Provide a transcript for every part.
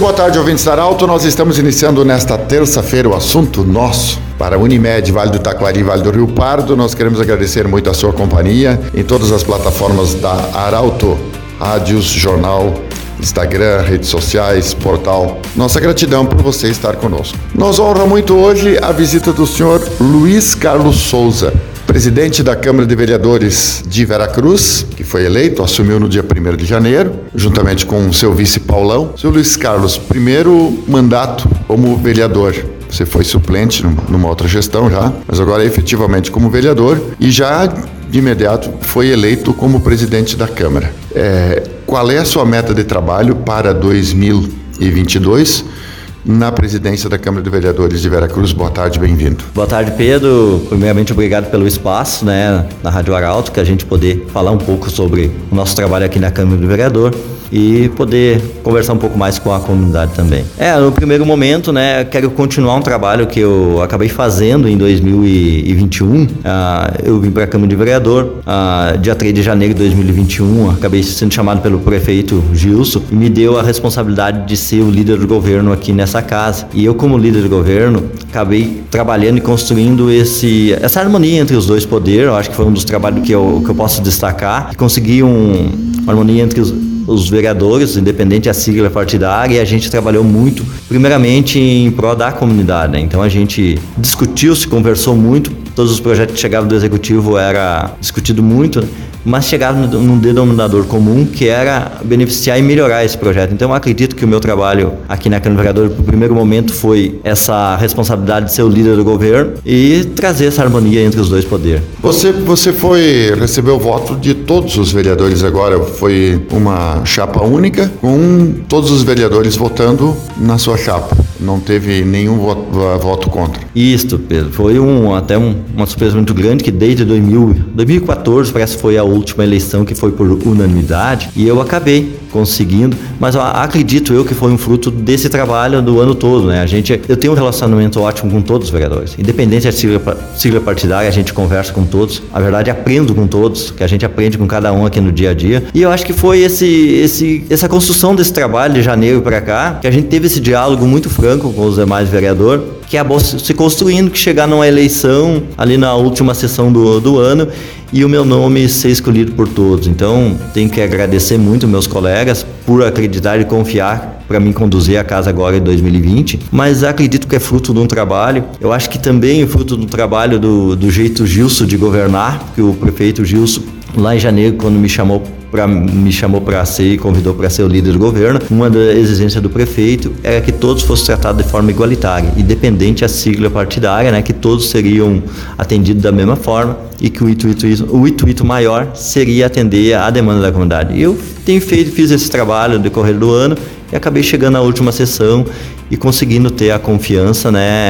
boa tarde, ouvintes da Arauto. Nós estamos iniciando nesta terça-feira o assunto nosso para Unimed, Vale do Taquari e Vale do Rio Pardo. Nós queremos agradecer muito a sua companhia em todas as plataformas da Arauto, rádios, jornal, Instagram, redes sociais, portal. Nossa gratidão por você estar conosco. Nos honra muito hoje a visita do senhor Luiz Carlos Souza, presidente da Câmara de Vereadores de Veracruz, que foi eleito, assumiu no dia 1º de janeiro, juntamente com o seu vice Paulão. Seu Luiz Carlos, primeiro mandato como vereador. Você foi suplente numa outra gestão já, mas agora efetivamente como vereador e já de imediato foi eleito como presidente da Câmara. Qual é a sua meta de trabalho para 2022? Na presidência da Câmara de Vereadores de Veracruz? Boa tarde, bem-vindo. Boa tarde, Pedro. Primeiramente, obrigado pelo espaço, na Rádio Arauto, que a gente poder falar um pouco sobre o nosso trabalho aqui na Câmara do Vereador e poder conversar um pouco mais com a comunidade também. No primeiro momento, quero continuar um trabalho que eu acabei fazendo em 2021. Eu vim para a Câmara de Vereador, dia 3 de janeiro de 2021, acabei sendo chamado pelo prefeito Gilson e me deu a responsabilidade de ser o líder do governo aqui nessa casa. E eu, como líder do governo, acabei trabalhando e construindo essa harmonia entre os dois poderes. Eu acho que foi um dos trabalhos que eu posso destacar, e consegui uma harmonia entre os vereadores, independente da sigla partidária, e a gente trabalhou muito, primeiramente em prol da comunidade, Então a gente discutiu, se conversou muito, todos os projetos que chegavam do executivo era discutido muito, mas chegava num denominador comum, que era beneficiar e melhorar esse projeto. Então eu acredito que o meu trabalho aqui na Câmara do Vereador, no primeiro momento, foi essa responsabilidade de ser o líder do governo e trazer essa harmonia entre os dois poderes. Você recebeu o voto de todos os vereadores agora, foi uma chapa única, com todos os vereadores votando na sua chapa. Não teve nenhum voto contra. Isso, Pedro. Foi até uma surpresa muito grande, que desde 2014, parece que foi a última eleição que foi por unanimidade, e eu acabei conseguindo, mas acredito eu que foi um fruto desse trabalho do ano todo, Eu tenho um relacionamento ótimo com todos os vereadores, independente da sigla partidária, a gente conversa com todos, a verdade aprendo com todos, que a gente aprende com cada um aqui no dia a dia, e eu acho que foi essa construção desse trabalho de janeiro para cá, que a gente teve esse diálogo muito franco com os demais vereadores, que acabou se construindo, que chegar numa eleição ali na última sessão do ano e o meu nome ser escolhido por todos. Então, tenho que agradecer muito meus colegas por acreditar e confiar para mim conduzir a casa agora em 2020, mas acredito que é fruto de um trabalho. Eu acho que também é fruto do trabalho do jeito Gilson de governar, que o prefeito Gilson, lá em janeiro, quando me chamou para ser e convidou para ser o líder do governo, uma das exigências do prefeito era que todos fossem tratados de forma igualitária, independente da sigla partidária, que todos seriam atendidos da mesma forma e que o intuito maior seria atender à demanda da comunidade. Eu fiz esse trabalho no decorrer do ano e acabei chegando à última sessão e conseguindo ter a confiança,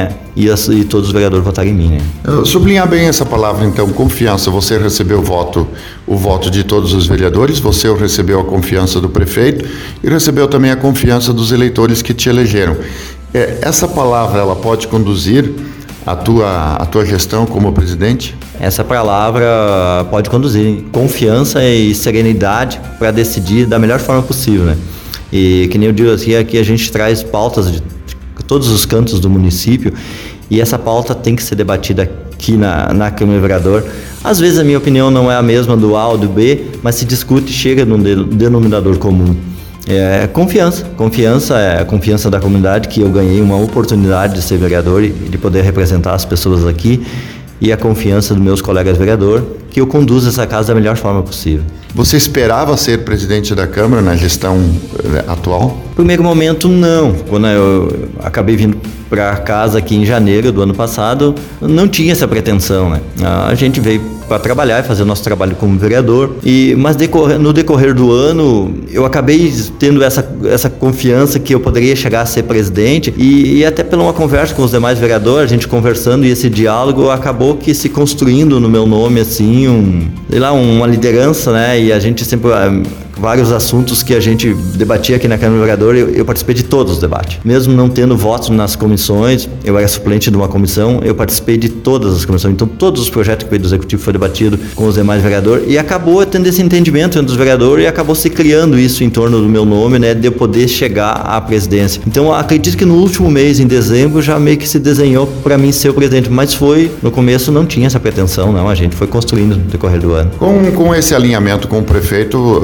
e todos os vereadores votarem em mim, Sublinhar bem essa palavra, então, confiança. Você recebeu o voto de todos os vereadores, você recebeu a confiança do prefeito e recebeu também a confiança dos eleitores que te elegeram. Essa palavra, ela pode conduzir a tua gestão como presidente? Essa palavra pode conduzir confiança e serenidade para decidir da melhor forma possível, E que nem eu digo assim, aqui a gente traz pautas de todos os cantos do município e essa pauta tem que ser debatida aqui na Câmara do Vereador. Às vezes a minha opinião não é a mesma do A ou do B, mas se discute e chega num denominador comum. Confiança é a confiança da comunidade, que eu ganhei uma oportunidade de ser vereador e de poder representar as pessoas aqui, e a confiança dos meus colegas vereadores, que eu conduzo essa casa da melhor forma possível. Você esperava ser presidente da Câmara na gestão atual? No primeiro momento, não. Quando eu acabei vindo para casa aqui em janeiro do ano passado, não tinha essa pretensão, A gente veio para trabalhar e fazer o nosso trabalho como vereador, mas no decorrer do ano eu acabei tendo essa confiança que eu poderia chegar a ser presidente e até pela uma conversa com os demais vereadores, a gente conversando, e esse diálogo acabou que se construindo no meu nome assim, uma liderança, E a gente sempre vários assuntos que a gente debatia aqui na Câmara do Vereador, eu participei de todos os debates. Mesmo não tendo votos nas comissões, eu era suplente de uma comissão, eu participei de todas as comissões. Então, todos os projetos que veio do Executivo foi debatido com os demais vereadores e acabou tendo esse entendimento entre os vereadores e acabou se criando isso em torno do meu nome, né, de eu poder chegar à presidência. Então, acredito que no último mês, em dezembro, já meio que se desenhou para mim ser o presidente, mas no começo não tinha essa pretensão, não, a gente foi construindo no decorrer do ano. Com esse alinhamento com o prefeito,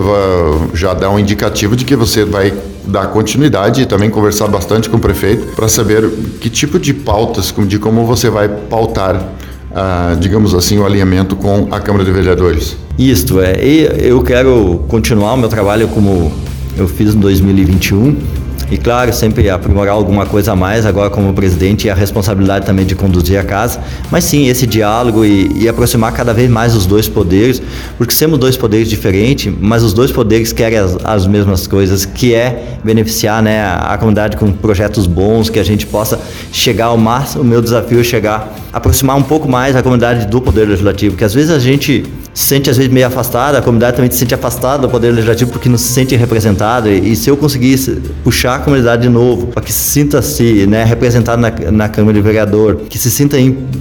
já dá um indicativo de que você vai dar continuidade e também conversar bastante com o prefeito para saber que tipo de pautas, de como você vai pautar, digamos assim, o alinhamento com a Câmara de Vereadores. Isto eu quero continuar o meu trabalho como eu fiz em 2021 e, claro, sempre aprimorar alguma coisa a mais agora como presidente e a responsabilidade também de conduzir a casa, mas sim, esse diálogo e aproximar cada vez mais os dois poderes, porque temos dois poderes diferentes, mas os dois poderes querem as mesmas coisas, que é beneficiar, né, a comunidade com projetos bons, que a gente possa chegar ao máximo. O meu desafio é aproximar um pouco mais a comunidade do Poder Legislativo, que às vezes a gente se sente meio afastada, a comunidade também se sente afastada do Poder Legislativo porque não se sente representada, e se eu conseguisse puxar a comunidade de novo, para que se sinta-se, né, representado na Câmara de Vereador, que se sinta,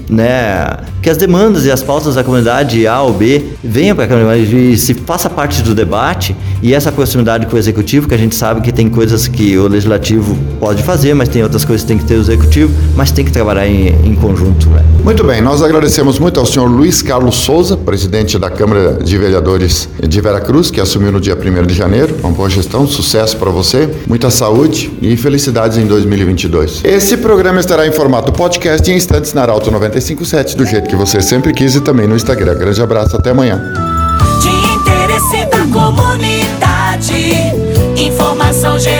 né, que as demandas e as pautas da comunidade A ou B venham para a Câmara e se faça parte do debate, e essa proximidade com o Executivo, que a gente sabe que tem coisas que o Legislativo pode fazer, mas tem outras coisas que tem que ter o Executivo, mas tem que trabalhar em conjunto. Né? Muito bem, nós agradecemos muito ao senhor Luiz Carlos Souza, presidente da Câmara de Vereadores de Veracruz, que assumiu no dia 1º de janeiro. Uma boa gestão, sucesso para você, muita saúde e felicidades em 2022. Esse programa estará em formato podcast em instantes na Arauto 95.7, do jeito que você sempre quis, e também no Instagram. Grande abraço, até amanhã. De interesse da comunidade, informação geral.